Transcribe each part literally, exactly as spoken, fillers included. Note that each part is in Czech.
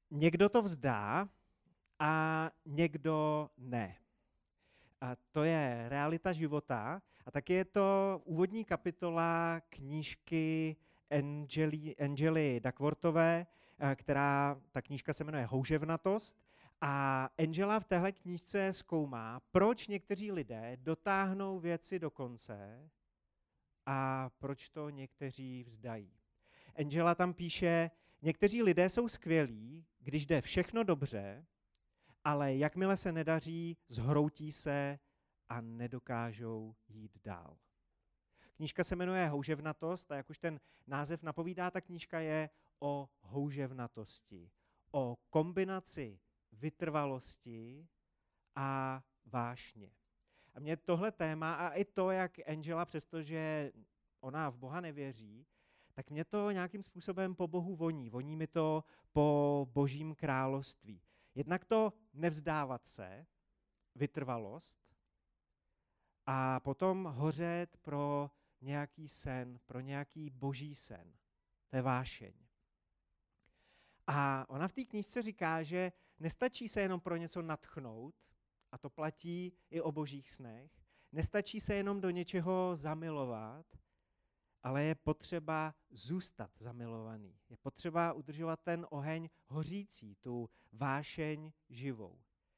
Někdo to vzdá a někdo ne. A to je realita života a taky je to úvodní kapitola knížky Angely, Angely Duckworthové, která, ta knížka se jmenuje Houževnatost. A Angela v téhle knížce zkoumá, proč někteří lidé dotáhnou věci do konce a proč to někteří vzdají. Angela tam píše, někteří lidé jsou skvělí, když jde všechno dobře, ale jakmile se nedaří, zhroutí se a nedokážou jít dál. Knížka se jmenuje Houževnatost a jak už ten název napovídá, ta knížka je o houževnatosti, o kombinaci vytrvalosti a vášně. A mě tohle téma a i to, jak Angela, přestože ona v Boha nevěří, tak mě to nějakým způsobem po Bohu voní. Voní mi to po Božím království. Jednak to nevzdávat se, vytrvalost, a potom hořet pro nějaký sen, pro nějaký boží sen. To je vášeň. A ona v té knížce říká, že nestačí se jenom pro něco nadchnout, a to platí i o božích snech, nestačí se jenom do něčeho zamilovat, ale je potřeba zůstat zamilovaný. Je potřeba udržovat ten oheň hořící, tu vášeň živou.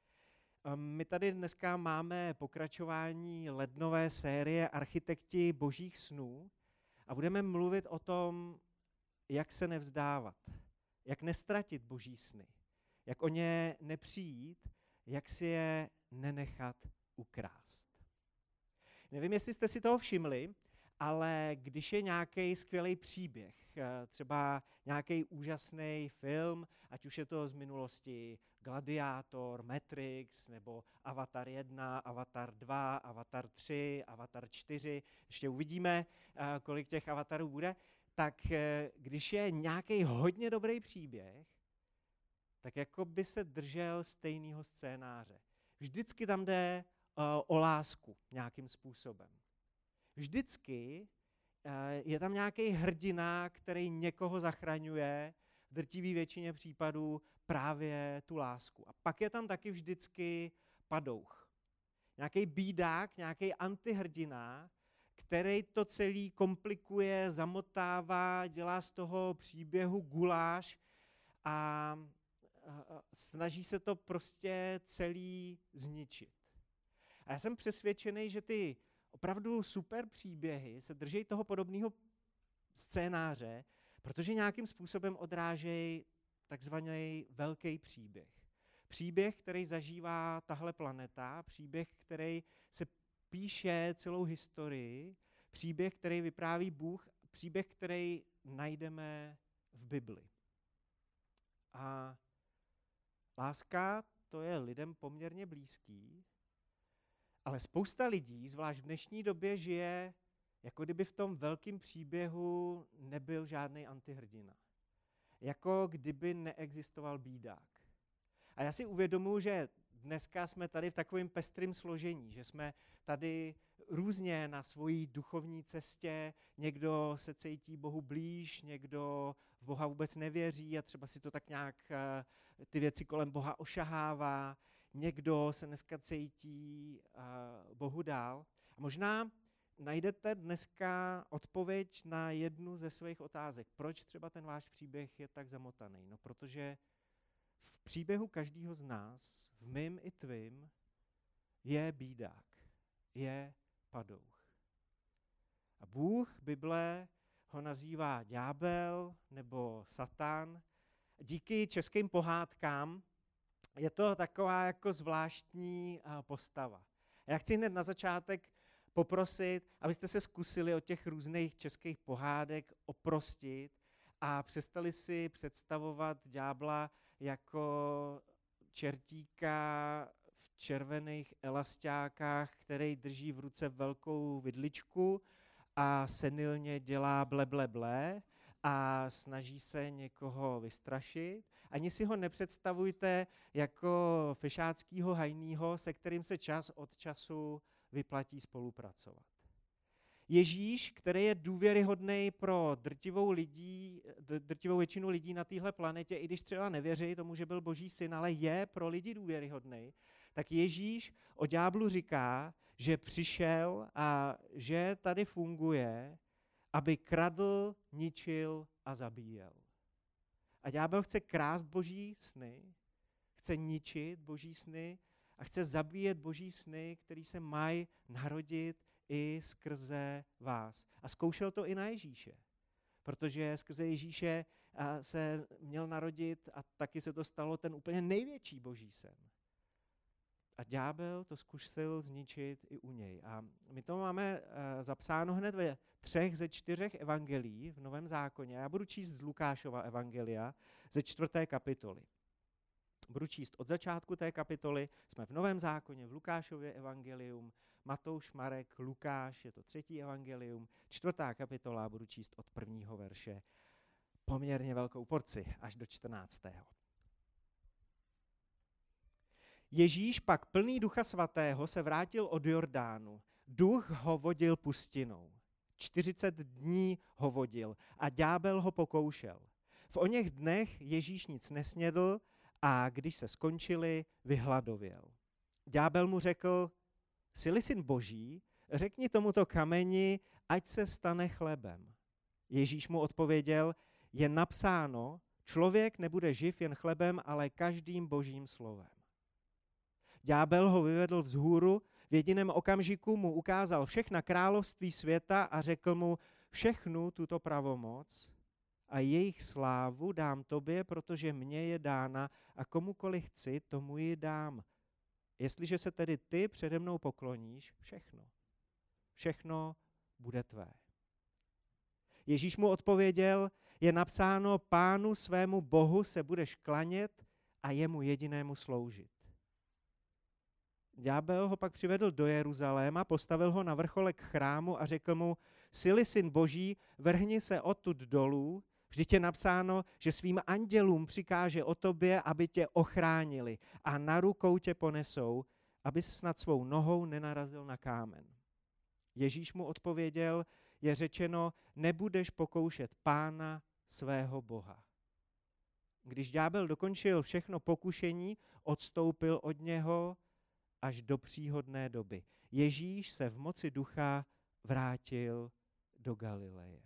My tady dneska máme pokračování lednové série Architekti božích snů a budeme mluvit o tom, jak se nevzdávat, jak nestratit boží sny, jak o ně nepřijít, jak si je nenechat ukrást. Nevím, jestli jste si toho všimli, ale když je nějaký skvělý příběh, třeba nějaký úžasný film, ať už je to z minulosti Gladiátor, Matrix, nebo Avatar jedna, Avatar dva, Avatar tři, Avatar čtyři, ještě uvidíme, kolik těch avatarů bude, tak když je nějaký hodně dobrý příběh, tak jako by se držel stejného scénáře. Vždycky tam jde o lásku nějakým způsobem. Vždycky je tam nějaký hrdina, který někoho zachraňuje, v drtivé většině případů právě tu lásku. A pak je tam taky vždycky padouch. Nějaký bídák, nějaký antihrdina, který to celý komplikuje, zamotává, dělá z toho příběhu guláš a snaží se to prostě celý zničit. A já jsem přesvědčený, že ty opravdu super příběhy se drží toho podobného scénáře, protože nějakým způsobem odrážejí takzvaný velký příběh. Příběh, který zažívá tahle planeta, příběh, který se píše celou historii, příběh, který vypráví Bůh, příběh, který najdeme v Bibli. A láska, to je lidem poměrně blízký, ale spousta lidí, zvlášť v dnešní době, žije, jako kdyby v tom velkém příběhu nebyl žádný antihrdina. Jako kdyby neexistoval bídák. A já si uvědomuji, že dneska jsme tady v takovém pestrém složení, že jsme tady různě na svojí duchovní cestě, někdo se cítí Bohu blíž, někdo v Boha vůbec nevěří a třeba si to tak nějak ty věci kolem Boha ošahává, někdo se dneska cítí uh, Bohu dál. A možná najdete dneska odpověď na jednu ze svých otázek. Proč třeba ten váš příběh je tak zamotaný? No, protože v příběhu každého z nás, v mým i tvým, je bídák, je padouch. A Bůh, Bible, ho nazývá ďábel nebo Satan. Díky českým pohádkám je to taková jako zvláštní postava. Já chci hned na začátek poprosit, abyste se zkusili od těch různých českých pohádek oprostit a přestali si představovat ďábla jako čertíka v červených elastákách, který drží v ruce velkou vidličku a senilně dělá ble, ble, ble a snaží se někoho vystrašit. Ani si ho nepředstavujte jako fešáckýho hajnýho, se kterým se čas od času vyplatí spolupracovat. Ježíš, který je důvěryhodný pro drtivou, lidí, drtivou většinu lidí na téhle planetě, i když třeba nevěří tomu, že byl Boží syn, ale je pro lidi důvěryhodný, tak Ježíš o ďáblu říká, že přišel a že tady funguje, aby kradl, ničil a zabíjel. A ďábel chce krást Boží sny, chce ničit Boží sny a chce zabíjet Boží sny, který se mají narodit i skrze vás. A zkoušel to i na Ježíše, protože skrze Ježíše se měl narodit a taky se to stalo ten úplně největší Boží sen. A ďábel to zkusil zničit i u něj. A my to máme uh, zapsáno hned ve třech ze čtyřech evangelií v Novém zákoně. Já budu číst z Lukášova evangelia ze čtvrté kapitoly. Budu číst od začátku té kapitoly, jsme v Novém zákoně, v Lukášově evangelium, Matouš, Marek, Lukáš, je to třetí evangelium, čtvrtá kapitola, budu číst od prvního verše poměrně velkou porci, až do čtrnáctého. Ježíš pak plný Ducha Svatého se vrátil od Jordánu. Duch ho vodil pustinou. čtyřicet dní ho vodil a ďábel ho pokoušel. V oněch dnech Ježíš nic nesnědl a když se skončili, vyhladověl. Ďábel mu řekl, jsi-li syn Boží, řekni tomuto kameni, ať se stane chlebem. Ježíš mu odpověděl, je napsáno, člověk nebude živ jen chlebem, ale každým Božím slovem. Ďábel ho vyvedl vzhůru, v jediném okamžiku mu ukázal všechna království světa a řekl mu, všechnu tuto pravomoc a jejich slávu dám tobě, protože mně je dána a komukoliv chci, tomu ji dám. Jestliže se tedy ty přede mnou pokloníš, všechno, všechno bude tvé. Ježíš mu odpověděl, je napsáno, Pánu svému Bohu se budeš klanět a jemu jedinému sloužit. Ďábel ho pak přivedl do Jeruzaléma, postavil ho na vrcholek chrámu a řekl mu, jsi-li syn Boží, vrhni se odtud dolů, vždyť je napsáno, že svým andělům přikáže o tobě, aby tě ochránili a na rukou tě ponesou, aby se snad svou nohou nenarazil na kámen. Ježíš mu odpověděl, je řečeno, nebudeš pokoušet Pána svého Boha. Když ďábel dokončil všechno pokušení, odstoupil od něho až do příhodné doby. Ježíš se v moci ducha vrátil do Galileje.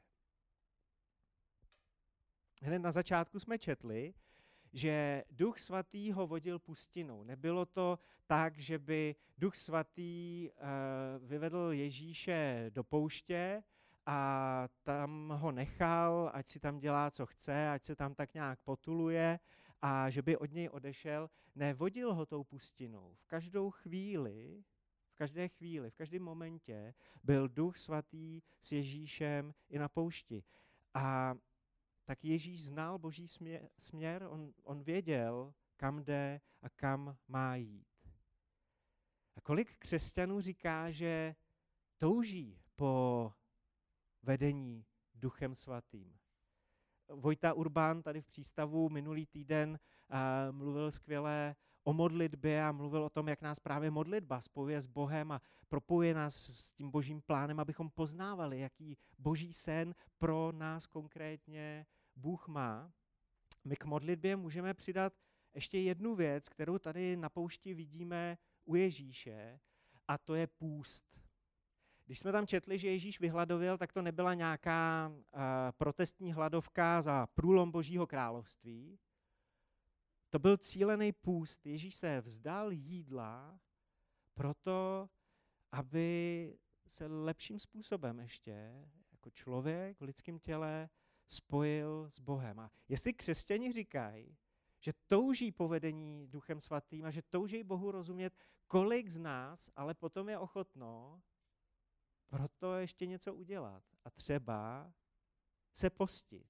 Hned na začátku jsme četli, že Duch Svatý ho vodil pustinou. Nebylo to tak, že by Duch Svatý uh, vyvedl Ježíše do pouště a tam ho nechal, ať si tam dělá, co chce, ať se tam tak nějak potuluje a že by od něj odešel. Ne, vodil ho tou pustinou. V každou chvíli, v každé chvíli, v každém momentě byl Duch Svatý s Ježíšem i na poušti. A tak Ježíš znal Boží směr, směr on, on věděl, kam jde a kam má jít. A kolik křesťanů říká, že touží po vedení Duchem Svatým. Vojta Urbán tady v Přístavu minulý týden uh, mluvil skvěle o modlitbě a mluvil o tom, jak nás právě modlitba spojuje s Bohem a propojuje nás s tím Božím plánem, abychom poznávali, jaký Boží sen pro nás konkrétně Bůh má. My k modlitbě můžeme přidat ještě jednu věc, kterou tady na poušti vidíme u Ježíše, a to je půst. Když jsme tam četli, že Ježíš vyhladověl, tak to nebyla nějaká uh, protestní hladovka za průlom Božího království. To byl cílený půst. Ježíš se vzdal jídla proto, aby se lepším způsobem ještě jako člověk v lidském těle spojil s Bohem. A jestli křesťani říkají, že touží po vedení Duchem Svatým a že touží Bohu rozumět, kolik z nás ale potom je ochotno proto ještě něco udělat a třeba se postit,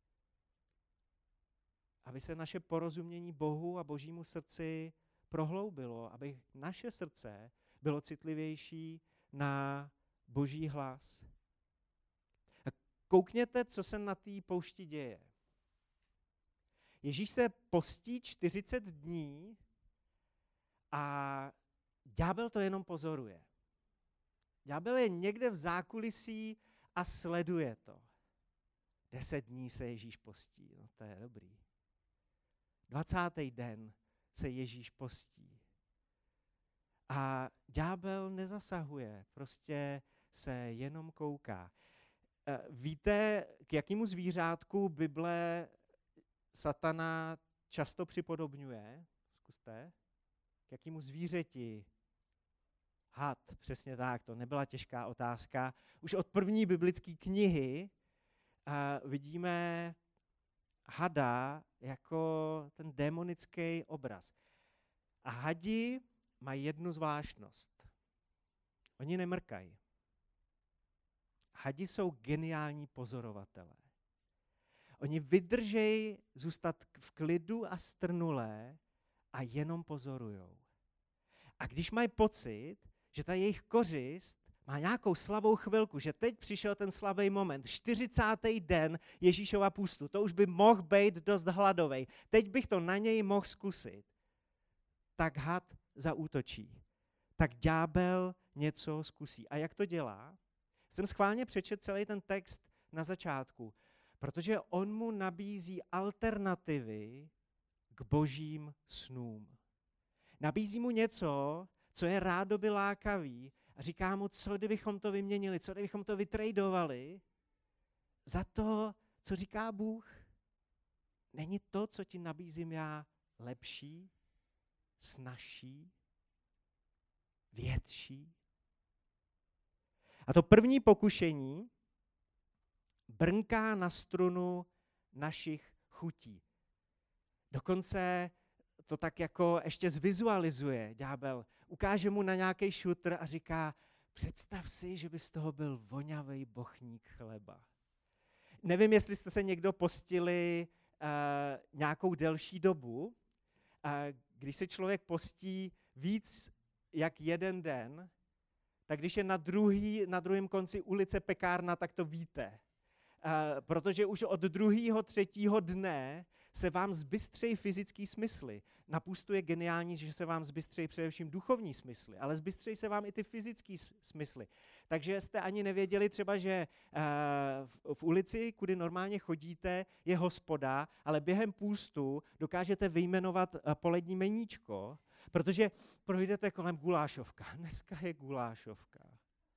aby se naše porozumění Bohu a Božímu srdci prohloubilo, aby naše srdce bylo citlivější na Boží hlas. A koukněte, co se na té poušti děje. Ježíš se postí čtyřicet dní a ďábel to jenom pozoruje. Ďábel je někde v zákulisí a sleduje to. Deset dní se Ježíš postí, no to je dobrý. Dvacátý den se Ježíš postí. A ďábel nezasahuje, prostě se jenom kouká. Víte, k jakému zvířátku Bible satana často připodobňuje? Zkuste. K jakému zvířeti? Had, přesně tak, to nebyla těžká otázka. Už od první biblické knihy uh, vidíme hada jako ten démonický obraz. A hadi mají jednu zvláštnost. Oni nemrkají. Hadi jsou geniální pozorovatelé. Oni vydržejí zůstat v klidu a strnulé a jenom pozorujou. A když mají pocit, že ta jejich kořist má nějakou slabou chvilku, že teď přišel ten slabý moment, čtyřicátý den Ježíšova půstu, to už by mohl být dost hladovej, teď bych to na něj mohl zkusit, tak had zaútočí. Tak ďábel něco zkusí. A jak to dělá? Jsem schválně přečet celý ten text na začátku, protože on mu nabízí alternativy k božím snům. Nabízí mu něco, co je rádoby lákavý a říká mu, co kdybychom to vyměnili, co kdybychom to vytradovali za to, co říká Bůh. Není to, co ti nabízím já, lepší, snazší, větší? A to první pokušení brnká na strunu našich chutí. Dokonce to tak jako ještě zvizualizuje ďábel. Ukáže mu na nějaký šutr a říká, představ si, že by z toho byl vonavý bochník chleba. Nevím, jestli jste se někdo postili uh, nějakou delší dobu. Uh, když se člověk postí víc jak jeden den, tak když je na, druhý, na druhém konci ulice pekárna, tak to víte. Uh, protože už od druhého, třetího dne se vám zbystřejí fyzický smysly. Na půstu je geniální, že se vám zbystřejí především duchovní smysly, ale zbystřejí se vám i ty fyzické smysly. Takže jste ani nevěděli třeba, že uh, v, v ulici, kudy normálně chodíte, je hospoda, ale během půstu dokážete vyjmenovat uh, polední meníčko, protože projdete kolem gulášovka. Dneska je gulášovka.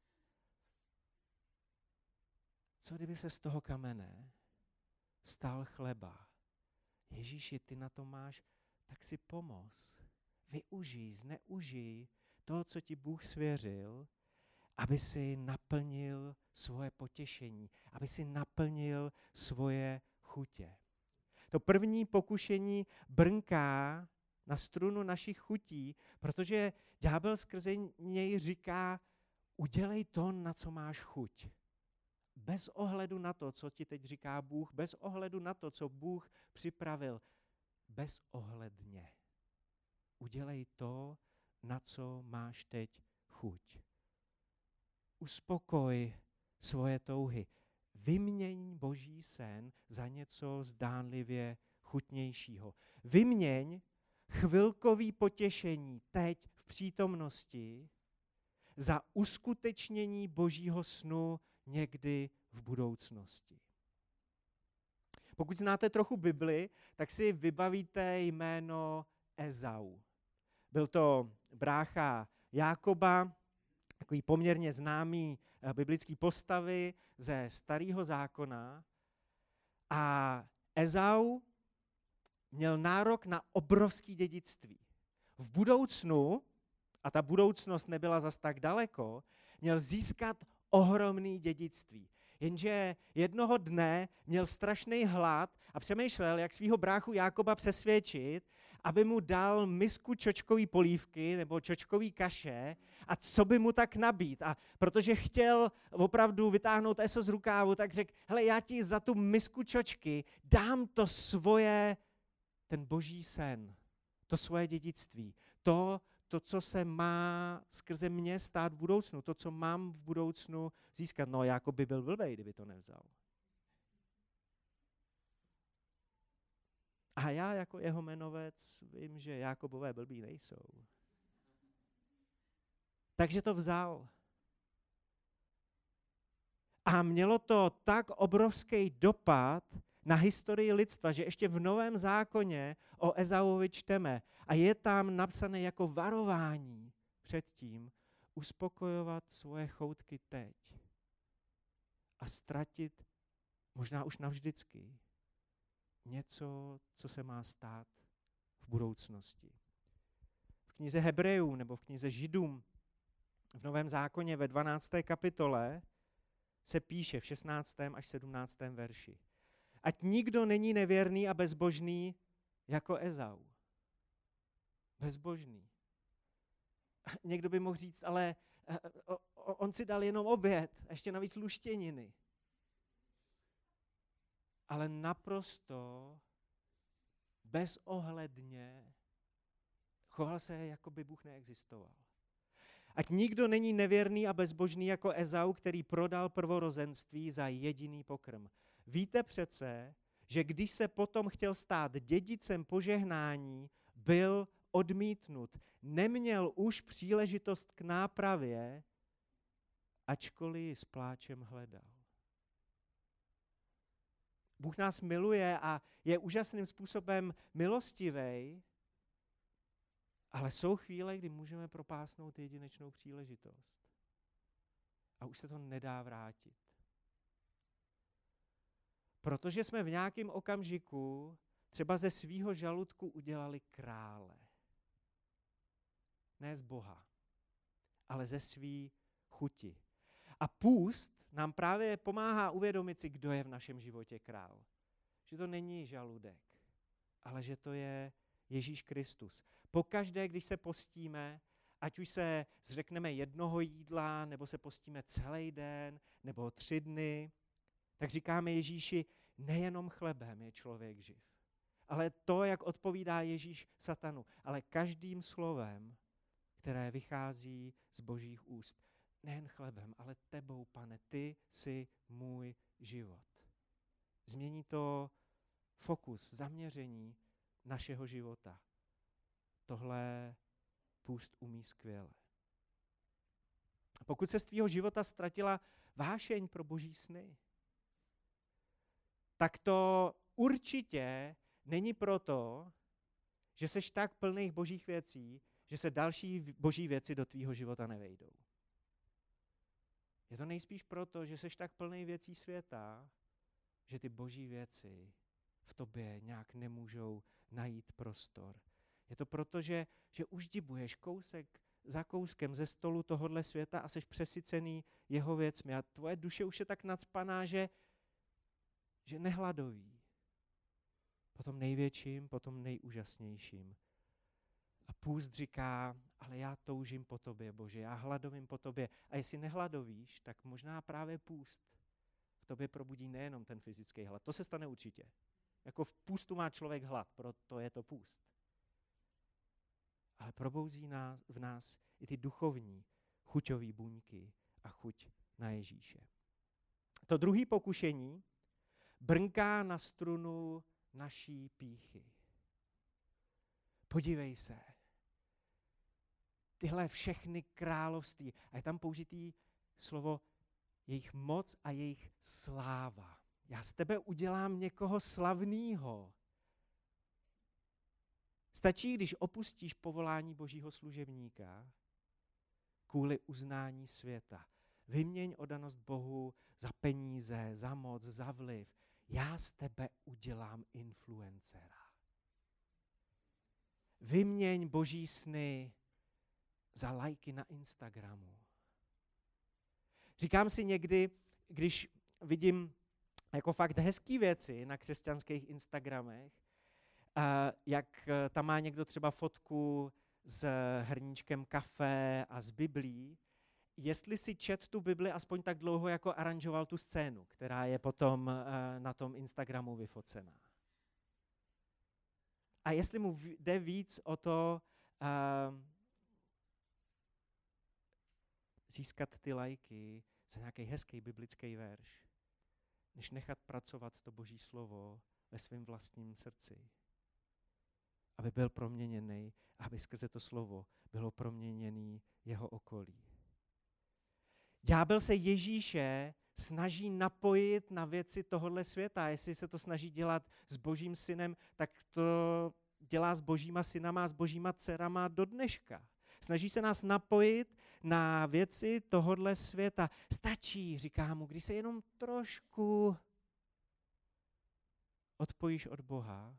Co kdyby se z toho kamene stal chleba? Ježíši, ty na to máš, tak si pomoz. Využij, zneužij to, co ti Bůh svěřil, aby si naplnil svoje potěšení, aby si naplnil svoje chutě. To první pokušení brnká na strunu našich chutí, protože ďábel skrze něj říká, udělej to, na co máš chuť. Bez ohledu na to, co ti teď říká Bůh, bez ohledu na to, co Bůh připravil, bezohledně. Udělej to, na co máš teď chuť. Uspokoj svoje touhy. Vyměň boží sen za něco zdánlivě chutnějšího. Vyměň chvilkový potěšení teď v přítomnosti za uskutečnění božího snu někdy v budoucnosti. Pokud znáte trochu Bibli, tak si vybavíte jméno Ezau. Byl to brácha Jákoba, takový poměrně známý biblický postavy ze Starého zákona. A Ezau měl nárok na obrovské dědictví. V budoucnu, a ta budoucnost nebyla zas tak daleko, měl získat ohromný dědictví. Jenže jednoho dne měl strašný hlad a přemýšlel, jak svého bráchu Jákoba přesvědčit, aby mu dal misku čočkový polívky nebo čočkový kaše a co by mu tak nabít. A protože chtěl opravdu vytáhnout eso z rukávu, tak řekl, hele, já ti za tu misku čočky dám to svoje, ten boží sen, to svoje dědictví, to, to, co se má skrze mě stát v budoucnu, to, co mám v budoucnu získat. No, Jákob by byl blbej, kdyby to nevzal. A já jako jeho jmenovec vím, že Jákobové blbí nejsou. Takže to vzal. A mělo to tak obrovský dopad na historii lidstva, že ještě v Novém zákoně o Ezauovi čteme a je tam napsané jako varování před tím uspokojovat svoje choutky teď a ztratit možná už navždycky něco, co se má stát v budoucnosti. V knize Hebrejům nebo v knize Židům v Novém zákoně ve dvanácté kapitole se píše v šestnáctém až sedmnáctém verši. Ať nikdo není nevěrný a bezbožný jako Ezau. Bezbožný. Někdo by mohl říct, ale on si dal jenom oběd, a ještě navíc luštěniny. Ale naprosto bezohledně choval se, jako by Bůh neexistoval. Ať nikdo není nevěrný a bezbožný jako Ezau, který prodal prvorozenství za jediný pokrm. Víte přece, že když se potom chtěl stát dědicem požehnání, byl odmítnut. Neměl už příležitost k nápravě, ačkoliv ji s pláčem hledal. Bůh nás miluje a je úžasným způsobem milostivý, ale jsou chvíle, kdy můžeme propásnout jedinečnou příležitost. A už se to nedá vrátit. Protože jsme v nějakém okamžiku třeba ze svýho žaludku udělali krále. Ne z Boha, ale ze svý chuti. A půst nám právě pomáhá uvědomit si, kdo je v našem životě král. Že to není žaludek, ale že to je Ježíš Kristus. Pokaždé, když se postíme, ať už se zřekneme jednoho jídla, nebo se postíme celý den, nebo tři dny, tak říkáme Ježíši, nejenom chlebem je člověk živ, ale to, jak odpovídá Ježíš satanu, ale každým slovem, které vychází z Božích úst. Nejen chlebem, ale tebou, Pane, ty jsi můj život. Změní to fokus, zaměření našeho života. Tohle půst umí skvěle. Pokud se z tvýho života ztratila vášeň pro Boží sny, tak to určitě není proto, že seš tak plných Božích věcí, že se další Boží věci do tvýho života nevejdou. Je to nejspíš proto, že seš tak plný věcí světa, že ty Boží věci v tobě nějak nemůžou najít prostor. Je to proto, že, že už dibuješ kousek za kouskem ze stolu tohohle světa a seš přesycený jeho věcmi. A tvoje duše už je tak nacpaná, že, že nehladoví. Po tom největším, po tom nejúžasnějším. A půst říká, ale já toužím po tobě, Bože, já hladovím po tobě. A jestli nehladovíš, tak možná právě půst v tobě probudí nejenom ten fyzický hlad. To se stane určitě. Jako v půstu má člověk hlad, proto je to půst. Ale probouzí nás, v nás i ty duchovní, chuťové buňky a chuť na Ježíše. To druhé pokušení brnká na strunu naší pýchy. Podívej se. Tyhle všechny království. A je tam použitý slovo jejich moc a jejich sláva. Já z tebe udělám někoho slavného. Stačí, když opustíš povolání Božího služebníka kvůli uznání světa. Vyměň oddanost Bohu za peníze, za moc, za vliv. Já z tebe udělám influencera. Vyměň Boží sny za lajky na Instagramu. Říkám si někdy, když vidím jako fakt hezký věci na křesťanských Instagramech, jak tam má někdo třeba fotku s hrníčkem kafe a s Biblí, jestli si čet tu Bibli aspoň tak dlouho, jako aranžoval tu scénu, která je potom na tom Instagramu vyfocená. A jestli mu jde víc o to uh, získat ty lajky za nějaký hezký biblický verš, než nechat pracovat to Boží slovo ve svém vlastním srdci. Aby byl proměněný, aby skrze to slovo bylo proměněný jeho okolí. Ďábel se Ježíše snaží napojit na věci tohohle světa. Jestli se to snaží dělat s Božím synem, tak to dělá s Božíma synama a s Božíma dcerama do dneška. Snaží se nás napojit na věci tohohle světa. Stačí, říká mu, když se jenom trošku odpojíš od Boha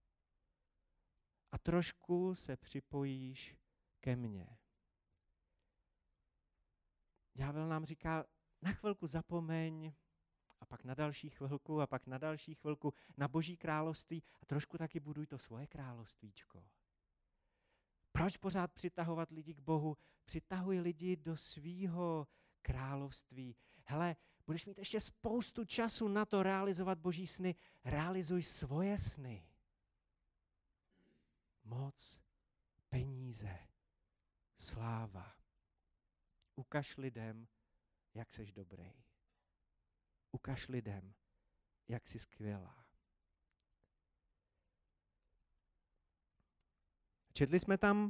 a trošku se připojíš ke mně. Ďábel nám říká, na chvilku zapomeň a pak na další chvilku a pak na další chvilku na Boží království a trošku taky buduj to svoje královstvíčko. Proč pořád přitahovat lidi k Bohu? Přitahuj lidi do svýho království. Hele, budeš mít ještě spoustu času na to realizovat Boží sny. Realizuj svoje sny. Moc, peníze, sláva. Ukaž lidem, jak seš dobrý. Ukaž lidem, jak jsi skvělá. Četli jsme tam,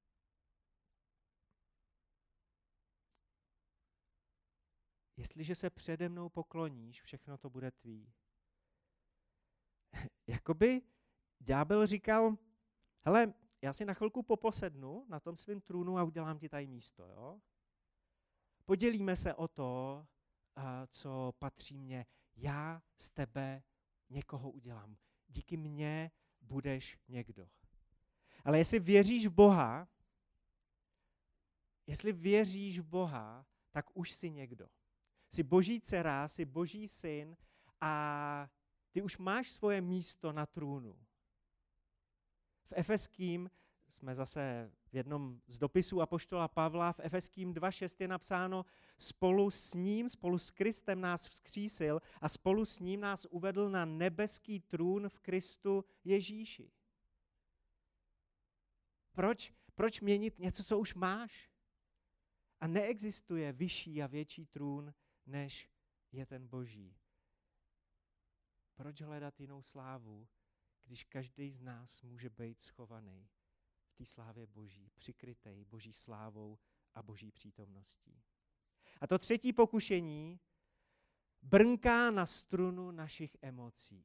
jestliže se přede mnou pokloníš, všechno to bude tvý. Jakoby ďábel říkal, hele, já si na chvilku poposednu na tom svém trůnu a udělám ti tady místo, jo? Podělíme se o to, co patří mně. Já z tebe někoho udělám. Díky mně budeš někdo. Ale jestli věříš v Boha, jestli věříš v Boha, tak už jsi někdo. Jsi Boží dcera, jsi Boží syn a ty už máš svoje místo na trůnu. V Efeským jsme zase v jednom z dopisů apoštola Pavla, v Efeským dva šest je napsáno, spolu s ním, spolu s Kristem nás vzkřísil a spolu s ním nás uvedl na nebeský trůn v Kristu Ježíši. Proč, proč měnit něco, co už máš? A neexistuje vyšší a větší trůn, než je ten Boží. Proč hledat jinou slávu, když každý z nás může být schovaný v té slávě Boží, přikrytej Boží slávou a Boží přítomností. A to třetí pokušení brnká na strunu našich emocí.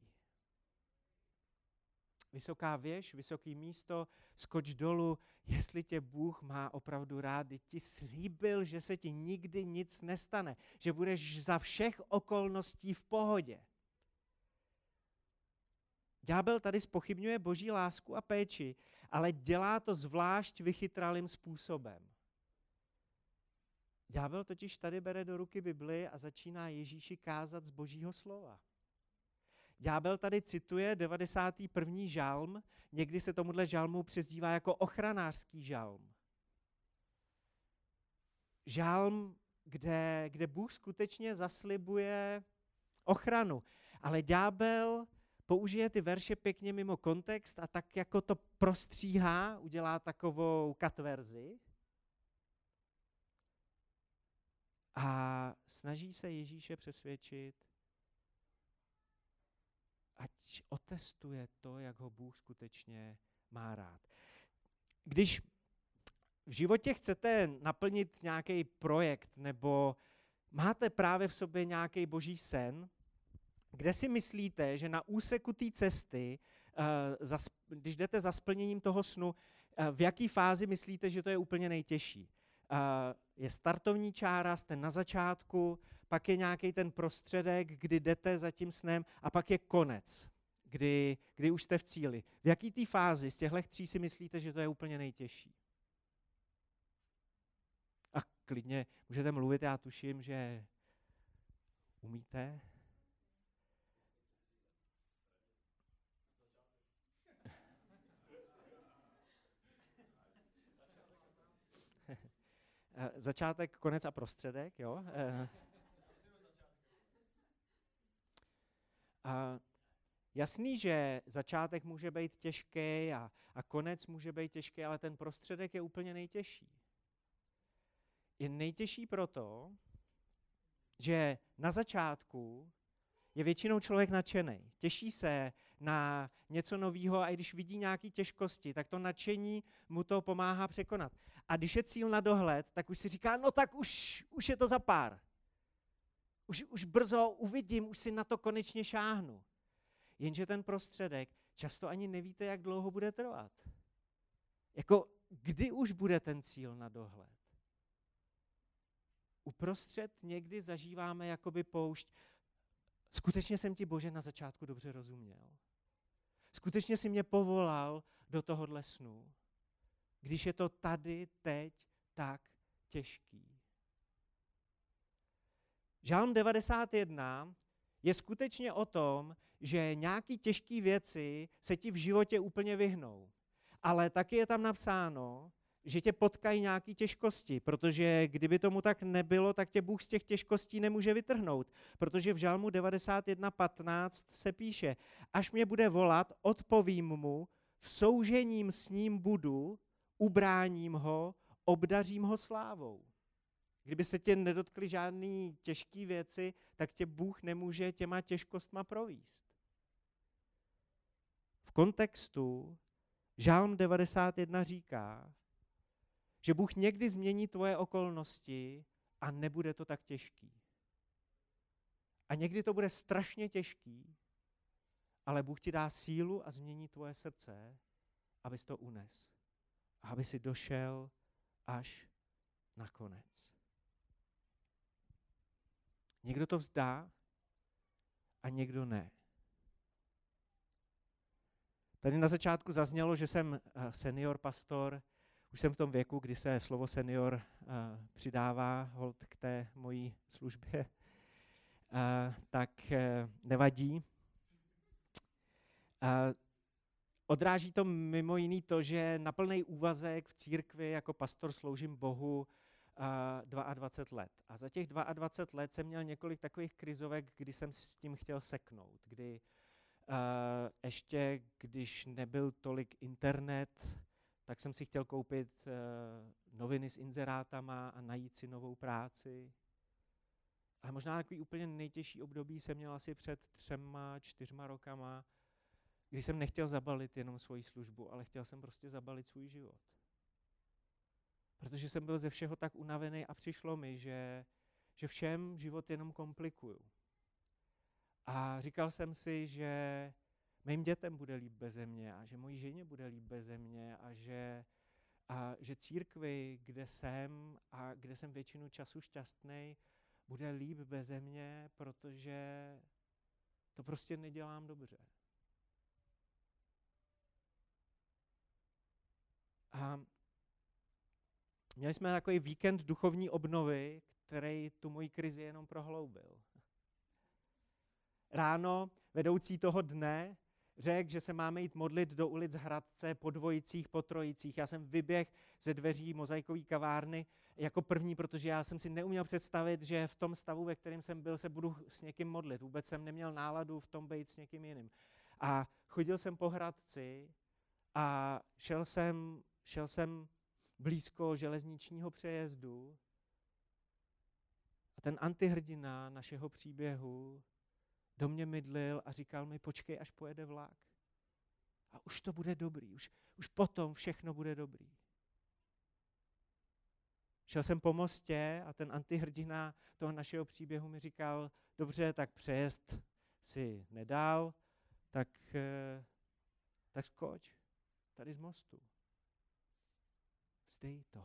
Vysoká věž, vysoký místo, skoč dolů, jestli tě Bůh má opravdu rád, ty ti slíbil, že se ti nikdy nic nestane, že budeš za všech okolností v pohodě. Ďábel tady zpochybňuje Boží lásku a péči, ale dělá to zvlášť vychytralým způsobem. Ďábel totiž tady bere do ruky Bibli a začíná Ježíši kázat z Božího slova. Ďábel tady cituje devadesátý první žalm, někdy se tomuhle žalmu přezdívá jako ochranářský žalm. Žalm, kde, kde Bůh skutečně zaslibuje ochranu, ale ďábel použije ty verše pěkně mimo kontext a tak jako to prostříhá, udělá takovou katverzi a snaží se Ježíše přesvědčit, ať otestuje to, jak ho Bůh skutečně má rád. Když v životě chcete naplnit nějaký projekt nebo máte právě v sobě nějaký Boží sen, kde si myslíte, že na úseku té cesty, když jdete za splněním toho snu, v jaký fázi myslíte, že to je úplně nejtěžší? Je startovní čára, jste na začátku, pak je nějaký ten prostředek, kdy jdete za tím snem a pak je konec, kdy, kdy už jste v cíli. V jaký té fázi z těchto tří si myslíte, že to je úplně nejtěžší? A klidně můžete mluvit, já tuším, že umíte. Začátek, konec a prostředek, jo? A jasný, že začátek může být těžký a, a konec může být těžký, ale ten prostředek je úplně nejtěžší. Je nejtěžší proto, že na začátku je většinou člověk nadšený. Těší se na něco nového a i když vidí nějaké těžkosti, tak to nadšení mu to pomáhá překonat. A když je cíl na dohled, tak už si říká, no tak už, už je to za pár. Už, už brzo uvidím, už si na to konečně šáhnu. Jenže ten prostředek často ani nevíte, jak dlouho bude trvat. Jako kdy už bude ten cíl na dohled? Uprostřed někdy zažíváme jakoby poušť. Skutečně jsem ti, Bože, na začátku dobře rozuměl. Skutečně si mě povolal do tohohle snu, když je to tady, teď, tak těžký. Žálm devadesát jedna je skutečně o tom, že nějaký těžké věci se ti v životě úplně vyhnou. Ale taky je tam napsáno, že tě potkají nějaké těžkosti, protože kdyby tomu tak nebylo, tak tě Bůh z těch těžkostí nemůže vytrhnout. Protože v Žalmu devadesát jedna patnáct se píše, až mě bude volat, odpovím mu, v soužením s ním budu, ubráním ho, obdařím ho slávou. Kdyby se tě nedotkly žádné těžké věci, tak tě Bůh nemůže těma těžkostma províst. V kontextu Žálm devadesát jedna říká, že Bůh někdy změní tvoje okolnosti a nebude to tak těžký. A někdy to bude strašně těžký, ale Bůh ti dá sílu a změní tvoje srdce, abys to unes. A aby si došel až na konec. Někdo to vzdá a někdo ne. Tady na začátku zaznělo, že jsem senior pastor. Už jsem v tom věku, kdy se slovo senior uh, přidává hold k té mojí službě, uh, tak uh, nevadí. Uh, odráží to mimo jiný to, že na plný úvazek v církvi jako pastor sloužím Bohu uh, dvacet dva let. A za těch dvacet dva let jsem měl několik takových krizovek, kdy jsem s tím chtěl seknout. Kdy uh, ještě, když nebyl tolik internet, tak jsem si chtěl koupit uh, noviny s inzerátama a najít si novou práci. A možná takový úplně nejtěžší období jsem měl asi před třema, čtyřma rokama, kdy jsem nechtěl zabalit jenom svoji službu, ale chtěl jsem prostě zabalit svůj život. Protože jsem byl ze všeho tak unavený a přišlo mi, že, že všem život jenom komplikuju. A říkal jsem si, že mým dětem bude líp beze mě a že mojí ženě bude líp beze mě a že, a že církvi, kde jsem a kde jsem většinu času šťastnej, bude líp beze mě, protože to prostě nedělám dobře. A měli jsme takový víkend duchovní obnovy, který tu moji krizi jenom prohloubil. Ráno vedoucí toho dne řekl, že se máme jít modlit do ulic Hradce po dvojicích, po trojicích. Já jsem vyběhl ze dveří mozaikové kavárny jako první, protože já jsem si neuměl představit, že v tom stavu, ve kterém jsem byl, se budu s někým modlit. Vůbec jsem neměl náladu v tom být s někým jiným. A chodil jsem po Hradci a šel jsem, šel jsem blízko železničního přejezdu a ten antihrdina našeho příběhu do mě mydlil a říkal mi, počkej, až pojede vlak. A už to bude dobrý, už, už potom všechno bude dobrý. Šel jsem po mostě a ten antihrdina toho našeho příběhu mi říkal, dobře, tak přejezd si nedal, tak, tak skoč tady z mostu. Vzdej to.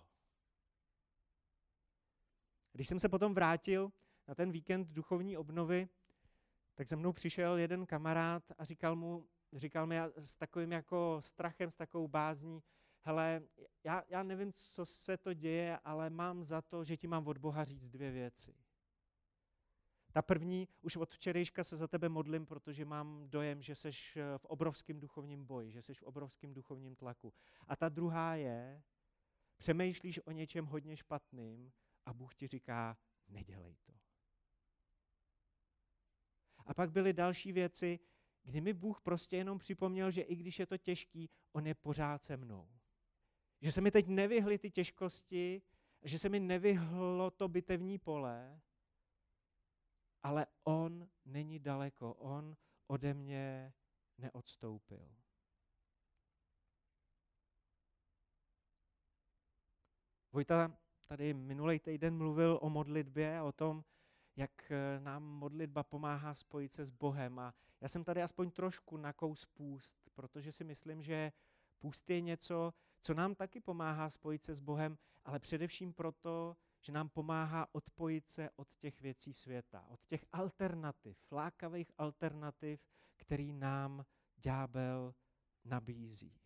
Když jsem se potom vrátil na ten víkend duchovní obnovy, tak za mnou přišel jeden kamarád a říkal mu, říkal mi s takovým jako strachem, s takovou bázní, hele, já, já nevím, co se to děje, ale mám za to, že ti mám od Boha říct dvě věci. Ta první, už od včerejška se za tebe modlím, protože mám dojem, že seš v obrovském duchovním boji, že seš v obrovském duchovním tlaku. A ta druhá je, přemýšlíš o něčem hodně špatným a Bůh ti říká, nedělej to. A pak byly další věci, kdy mi Bůh prostě jenom připomněl, že i když je to těžký, on je pořád se mnou. Že se mi teď nevyhly ty těžkosti, že se mi nevyhlo to bitevní pole, ale on není daleko, on ode mě neodstoupil. Vojta tady minulý týden mluvil o modlitbě a o tom, jak nám modlitba pomáhá spojit se s Bohem. A já jsem tady aspoň trošku nakous půst, protože si myslím, že půst je něco, co nám taky pomáhá spojit se s Bohem, ale především proto, že nám pomáhá odpojit se od těch věcí světa, od těch alternativ, lákavých alternativ, který nám ďábel nabízí.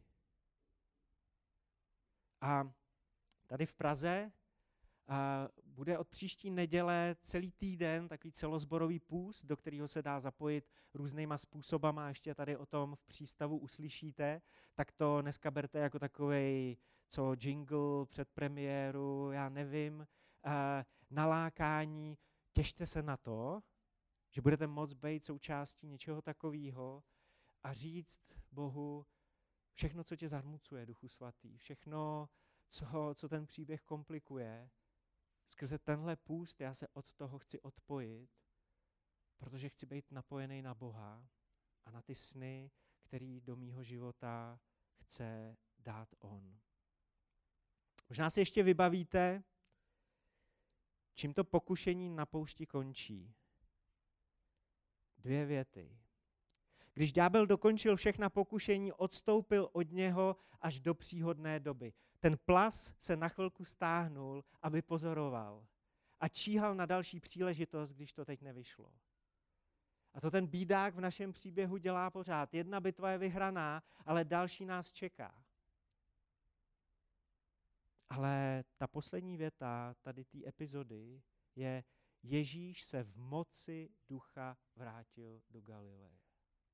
A tady v Praze a bude od příští neděle celý týden takový celozborový půst, do kterého se dá zapojit různýma způsobama, ještě tady o tom v přístavu uslyšíte, tak to dneska berte jako takovej, co jingle před premiéru, já nevím, nalákání, těšte se na to, že budete moct být součástí něčeho takového a říct Bohu všechno, co tě zarmucuje, Duchu Svatý, všechno, co, co ten příběh komplikuje. Skrze tenhle půst já se od toho chci odpojit, protože chci být napojený na Boha a na ty sny, který do mýho života chce dát on. Možná si ještě vybavíte, čím to pokušení na poušti končí. Dvě věty. Když ďábel dokončil všechna pokušení, odstoupil od něho až do příhodné doby. Ten plas se na chvilku stáhnul, aby pozoroval a číhal na další příležitost, když to teď nevyšlo. A to ten bídák v našem příběhu dělá pořád. Jedna bitva je vyhraná, ale další nás čeká. Ale ta poslední věta tady té epizody je: Ježíš se v moci ducha vrátil do Galileje.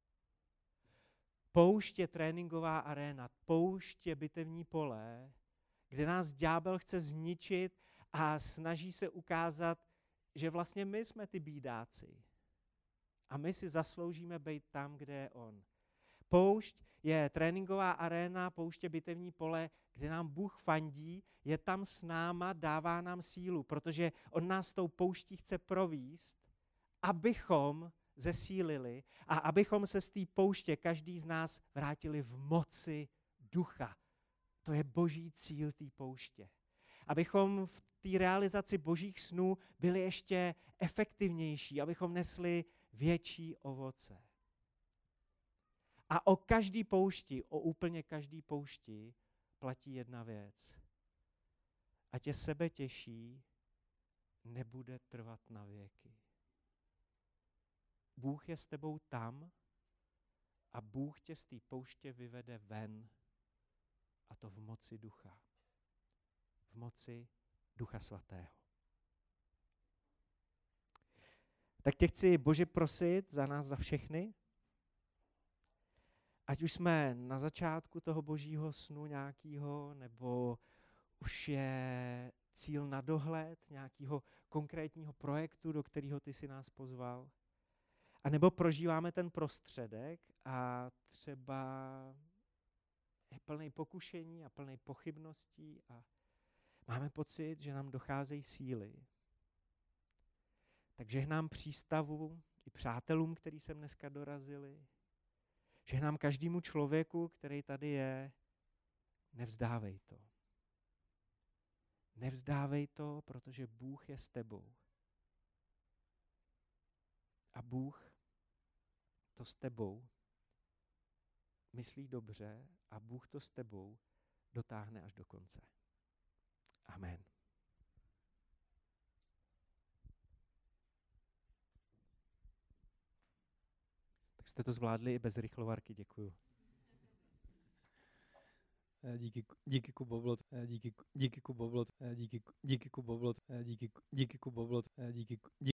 Poušť je tréninková aréna, poušť je bitevní pole, kde nás ďábel chce zničit a snaží se ukázat, že vlastně my jsme ty bídáci. A my si zasloužíme být tam, kde je on. Poušť je tréninková aréna, poušť je bitevní pole, kde nám Bůh fandí, je tam s náma, dává nám sílu, protože on nás tou pouští chce provést, abychom zesílili a abychom se z té pouště každý z nás vrátili v moci ducha. To je boží cíl té pouště. Abychom v té realizaci božích snů byli ještě efektivnější, abychom nesli větší ovoce. A o každý poušti, o úplně každý poušti platí jedna věc. A tě sebe těší, nebude trvat na věky. Bůh je s tebou tam a Bůh tě z té pouště vyvede ven, a to v moci ducha. V moci Ducha Svatého. Tak tě chci, Bože, prosit za nás, za všechny, ať už jsme na začátku toho božího snu nějakého, nebo už je cíl na dohled nějakého konkrétního projektu, do kterého ty si nás pozval, a nebo prožíváme ten prostředek a třeba je plný pokušení a plný pochybností a máme pocit, že nám docházejí síly. Takže žehnám přístavu i přátelům, který sem dneska dorazili. Žehnám každému člověku, který tady je, nevzdávej to. Nevzdávej to, protože Bůh je s tebou. A Bůh to s tebou myslí dobře a Bůh to s tebou dotáhne až do konce. Amen. Tak jste to zvládli i bez rychlovarky, děkuju. Díky, díky Kuboblot, díky, díky Kuboblot, díky, díky Kuboblot, díky, díky Kuboblot, díky, díky